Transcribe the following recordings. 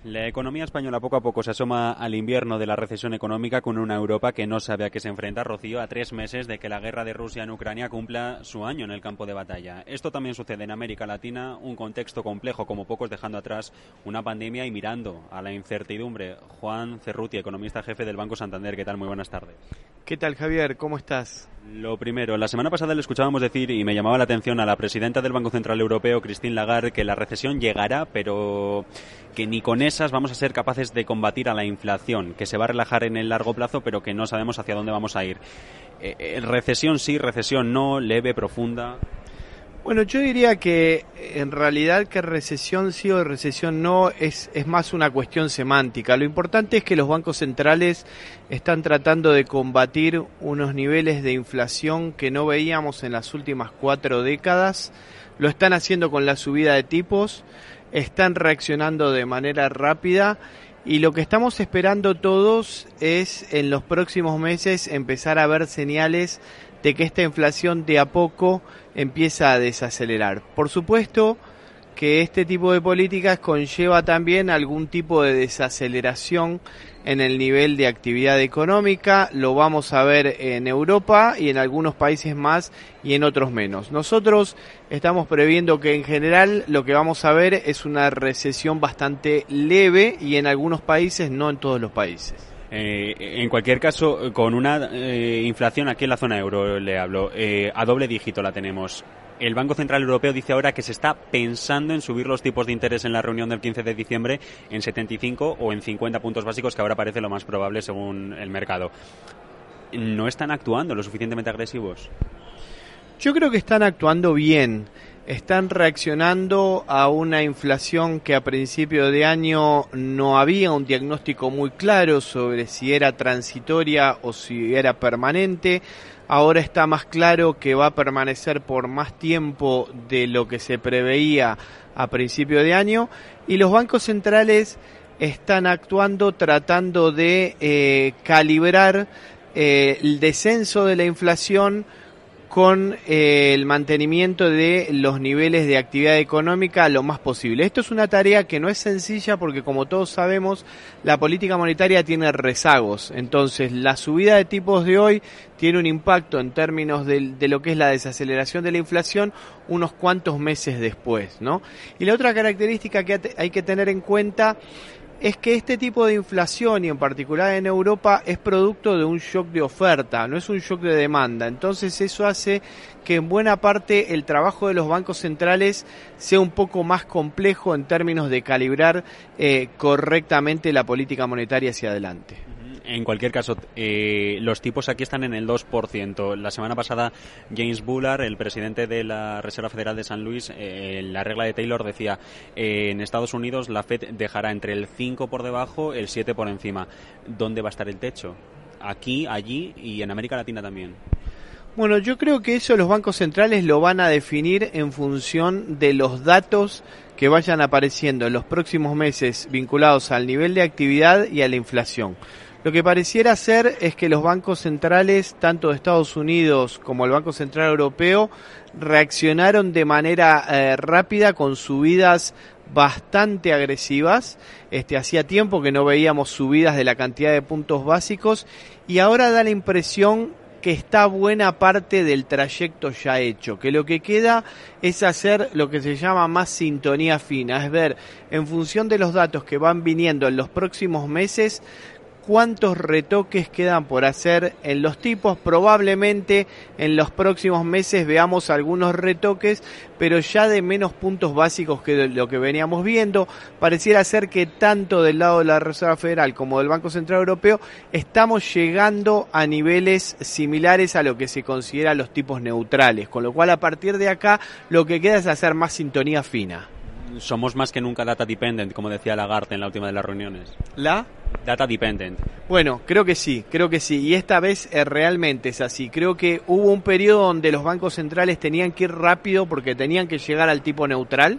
La economía española poco a poco se asoma al invierno de la recesión económica con una Europa que no sabe a qué se enfrenta, Rocío, a 3 meses de que la guerra de Rusia en Ucrania cumpla su año en el campo de batalla. Esto también sucede en América Latina, un contexto complejo como pocos, dejando atrás una pandemia y mirando a la incertidumbre. Juan Cerruti, economista jefe del Banco Santander, ¿qué tal? Muy buenas tardes. ¿Qué tal, Javier? ¿Cómo estás? Lo primero, la semana pasada le escuchábamos decir, y me llamaba la atención, a la presidenta del Banco Central Europeo, Christine Lagarde, que la recesión llegará, pero que ni con esas vamos a ser capaces de combatir a la inflación, que se va a relajar en el largo plazo, pero que no sabemos hacia dónde vamos a ir. Recesión sí, recesión no, leve, profunda. Bueno, yo diría que en realidad que recesión sí o recesión no es más una cuestión semántica. Lo importante es que los bancos centrales están tratando de combatir unos niveles de inflación que no veíamos en las últimas 4 décadas. Lo están haciendo con la subida de tipos, están reaccionando de manera rápida y lo que estamos esperando todos es en los próximos meses empezar a ver señales de que esta inflación de a poco empieza a desacelerar. Por supuesto que este tipo de políticas conlleva también algún tipo de desaceleración en el nivel de actividad económica. Lo vamos a ver en Europa y en algunos países más y en otros menos. Nosotros estamos previendo que en general lo que vamos a ver es una recesión bastante leve y en algunos países, no en todos los países. En cualquier caso, con una inflación aquí en la zona euro, le hablo, a doble dígito la tenemos. El Banco Central Europeo dice ahora que se está pensando en subir los tipos de interés en la reunión del 15 de diciembre en 75 o en 50 puntos básicos, que ahora parece lo más probable según el mercado. ¿No están actuando lo suficientemente agresivos? Yo creo que están actuando bien. Están reaccionando a una inflación que a principio de año no había un diagnóstico muy claro sobre si era transitoria o si era permanente. Ahora está más claro que va a permanecer por más tiempo de lo que se preveía a principio de año y los bancos centrales están actuando tratando de calibrar el descenso de la inflación con el mantenimiento de los niveles de actividad económica lo más posible. Esto es una tarea que no es sencilla porque, como todos sabemos, la política monetaria tiene rezagos. Entonces, la subida de tipos de hoy tiene un impacto en términos de lo que es la desaceleración de la inflación unos cuantos meses después, ¿no? Y la otra característica que hay que tener en cuenta es que este tipo de inflación, y en particular en Europa, es producto de un shock de oferta, no es un shock de demanda. Entonces eso hace que en buena parte el trabajo de los bancos centrales sea un poco más complejo en términos de calibrar correctamente la política monetaria hacia adelante. En cualquier caso, los tipos aquí están en el 2%. La semana pasada, James Bullard, el presidente de la Reserva Federal de San Luis, la regla de Taylor decía, en Estados Unidos la Fed dejará entre el 5 por debajo, el 7 por encima. ¿Dónde va a estar el techo? Aquí, allí y en América Latina también. Bueno, yo creo que eso los bancos centrales lo van a definir en función de los datos que vayan apareciendo en los próximos meses vinculados al nivel de actividad y a la inflación. Lo que pareciera ser es que los bancos centrales, tanto de Estados Unidos como el Banco Central Europeo, reaccionaron de manera rápida con subidas bastante agresivas. Hacía tiempo que no veíamos subidas de la cantidad de puntos básicos y ahora da la impresión que está buena parte del trayecto ya hecho, que lo que queda es hacer lo que se llama más sintonía fina, es ver en función de los datos que van viniendo en los próximos meses cuántos retoques quedan por hacer en los tipos. Probablemente en los próximos meses veamos algunos retoques, pero ya de menos puntos básicos que lo que veníamos viendo. Pareciera ser que tanto del lado de la Reserva Federal como del Banco Central Europeo estamos llegando a niveles similares a lo que se considera los tipos neutrales, con lo cual a partir de acá lo que queda es hacer más sintonía fina. Somos más que nunca data dependent, como decía Lagarde en la última de las reuniones. ¿La? Data dependent. Bueno, creo que sí, y esta vez realmente es así. Creo que hubo un periodo donde los bancos centrales tenían que ir rápido porque tenían que llegar al tipo neutral.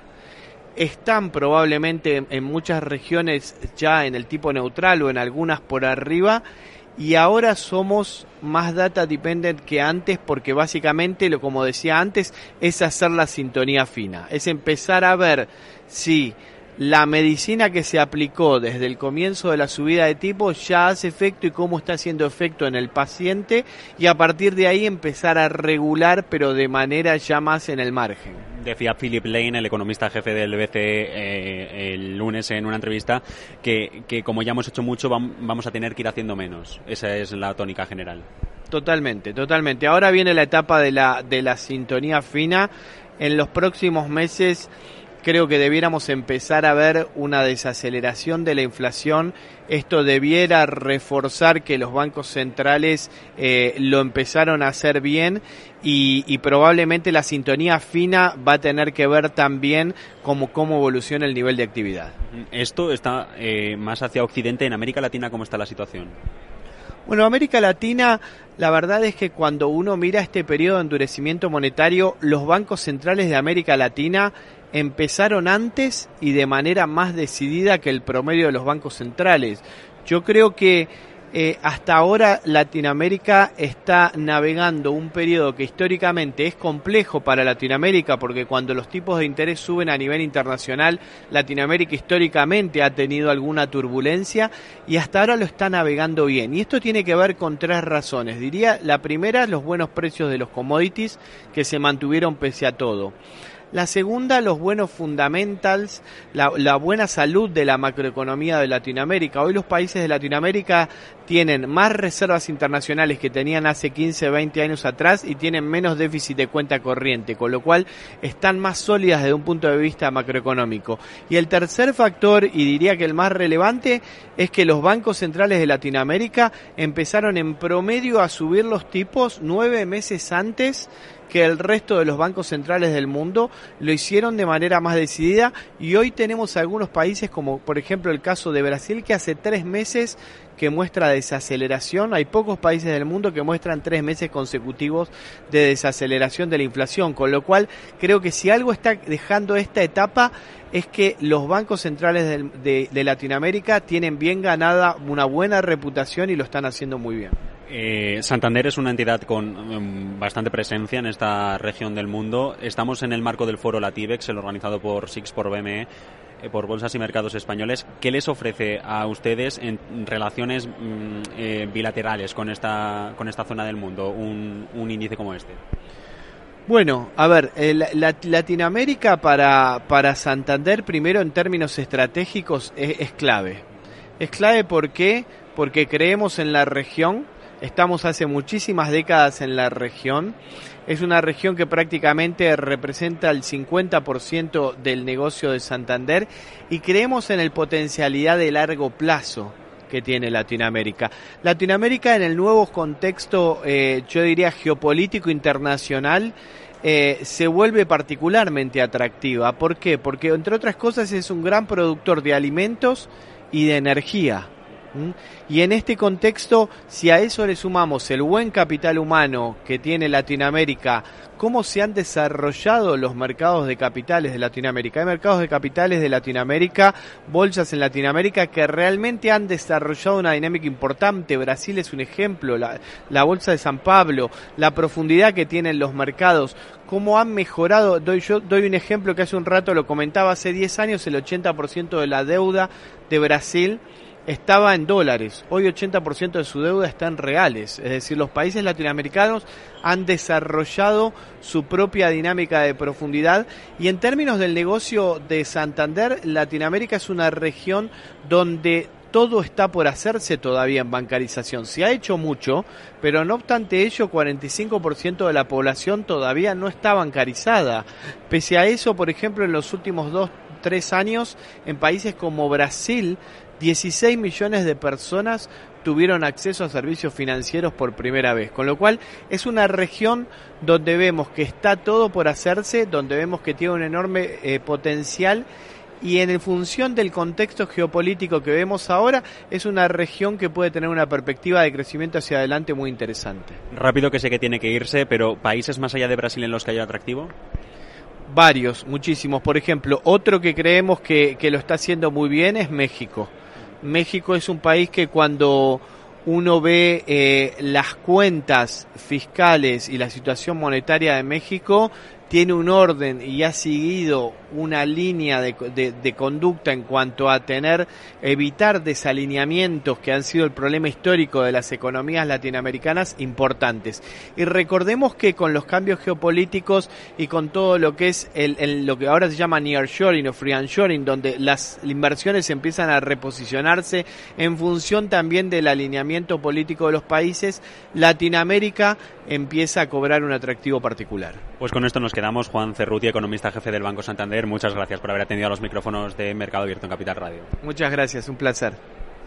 Están probablemente en muchas regiones ya en el tipo neutral o en algunas por arriba. Y ahora somos más data dependent que antes porque básicamente, como decía antes, es hacer la sintonía fina. Es empezar a ver si la medicina que se aplicó desde el comienzo de la subida de tipos ya hace efecto y cómo está haciendo efecto en el paciente, y a partir de ahí empezar a regular, pero de manera ya más en el margen. Decía Philip Lane, el economista jefe del BCE, el lunes en una entrevista, que como ya hemos hecho mucho, vamos a tener que ir haciendo menos. Esa es la tónica general. Totalmente. Ahora viene la etapa de la sintonía fina. En los próximos meses creo que debiéramos empezar a ver una desaceleración de la inflación. Esto debiera reforzar que los bancos centrales lo empezaron a hacer bien, y probablemente la sintonía fina va a tener que ver también cómo evoluciona el nivel de actividad. Esto está más hacia Occidente. En América Latina, ¿cómo está la situación? Bueno, América Latina, la verdad es que cuando uno mira este periodo de endurecimiento monetario, los bancos centrales de América Latina empezaron antes y de manera más decidida que el promedio de los bancos centrales. Yo creo que hasta ahora Latinoamérica está navegando un periodo que históricamente es complejo para Latinoamérica, porque cuando los tipos de interés suben a nivel internacional, Latinoamérica históricamente ha tenido alguna turbulencia, y hasta ahora lo está navegando bien. Y esto tiene que ver con tres razones. Diría, la primera, los buenos precios de los commodities que se mantuvieron pese a todo. La segunda, los buenos fundamentals, la buena salud de la macroeconomía de Latinoamérica. Hoy los países de Latinoamérica tienen más reservas internacionales que tenían hace 15, 20 años atrás, y tienen menos déficit de cuenta corriente, con lo cual están más sólidas desde un punto de vista macroeconómico. Y el tercer factor, y diría que el más relevante, es que los bancos centrales de Latinoamérica empezaron en promedio a subir los tipos 9 meses antes que el resto de los bancos centrales del mundo. Lo hicieron de manera más decidida, y hoy tenemos algunos países, como por ejemplo el caso de Brasil, que hace 3 meses que muestra desaceleración. Hay pocos países del mundo que muestran 3 meses consecutivos de desaceleración de la inflación, con lo cual creo que si algo está dejando esta etapa es que los bancos centrales de Latinoamérica tienen bien ganada una buena reputación y lo están haciendo muy bien. Santander es una entidad con bastante presencia en esta región del mundo. Estamos en el marco del foro Latibex, el organizado por SIX, por BME, por Bolsas y Mercados Españoles. ¿Qué les ofrece a ustedes en relaciones bilaterales con esta zona del mundo un índice como este? Bueno, a ver, Latinoamérica para Santander, primero en términos estratégicos, es clave. Es clave, ¿por qué? Porque creemos en la región. Estamos hace muchísimas décadas en la región. Es una región que prácticamente representa el 50% del negocio de Santander, y creemos en la potencialidad de largo plazo que tiene Latinoamérica. Latinoamérica, en el nuevo contexto, yo diría geopolítico internacional, se vuelve particularmente atractiva. ¿Por qué? Porque, entre otras cosas, es un gran productor de alimentos y de energía. Y en este contexto, si a eso le sumamos el buen capital humano que tiene Latinoamérica, cómo se han desarrollado los mercados de capitales de Latinoamérica. Hay mercados de capitales de Latinoamérica, bolsas en Latinoamérica que realmente han desarrollado una dinámica importante. Brasil es un ejemplo, la bolsa de San Pablo, la profundidad que tienen los mercados, cómo han mejorado. Yo doy un ejemplo que hace un rato lo comentaba. Hace 10 años el 80% de la deuda de Brasil estaba en dólares. Hoy 80% de su deuda está en reales. Es decir, los países latinoamericanos han desarrollado su propia dinámica de profundidad. Y en términos del negocio de Santander, Latinoamérica es una región donde todo está por hacerse todavía en bancarización. Se ha hecho mucho, pero no obstante ello, 45% de la población todavía no está bancarizada. Pese a eso, por ejemplo, en los últimos 2-3 años, en países como Brasil, 16 millones de personas tuvieron acceso a servicios financieros por primera vez, con lo cual es una región donde vemos que está todo por hacerse, donde vemos que tiene un enorme potencial, y en función del contexto geopolítico que vemos ahora, es una región que puede tener una perspectiva de crecimiento hacia adelante muy interesante. Rápido, que sé que tiene que irse, pero ¿países más allá de Brasil en los que haya atractivo? Varios, muchísimos. Por ejemplo, otro que creemos que lo está haciendo muy bien es México. México es un país que, cuando uno ve las cuentas fiscales y la situación monetaria de México, tiene un orden y ha seguido una línea de conducta en cuanto a evitar desalineamientos que han sido el problema histórico de las economías latinoamericanas importantes. Y recordemos que con los cambios geopolíticos y con todo lo que es lo que ahora se llama nearshoring o friendshoring, donde las inversiones empiezan a reposicionarse en función también del alineamiento político de los países, Latinoamérica empieza a cobrar un atractivo particular. Pues con esto nos quedamos. Juan Cerrutia, economista jefe del Banco Santander, muchas gracias por haber atendido a los micrófonos de Mercado Abierto en Capital Radio. Muchas gracias, un placer.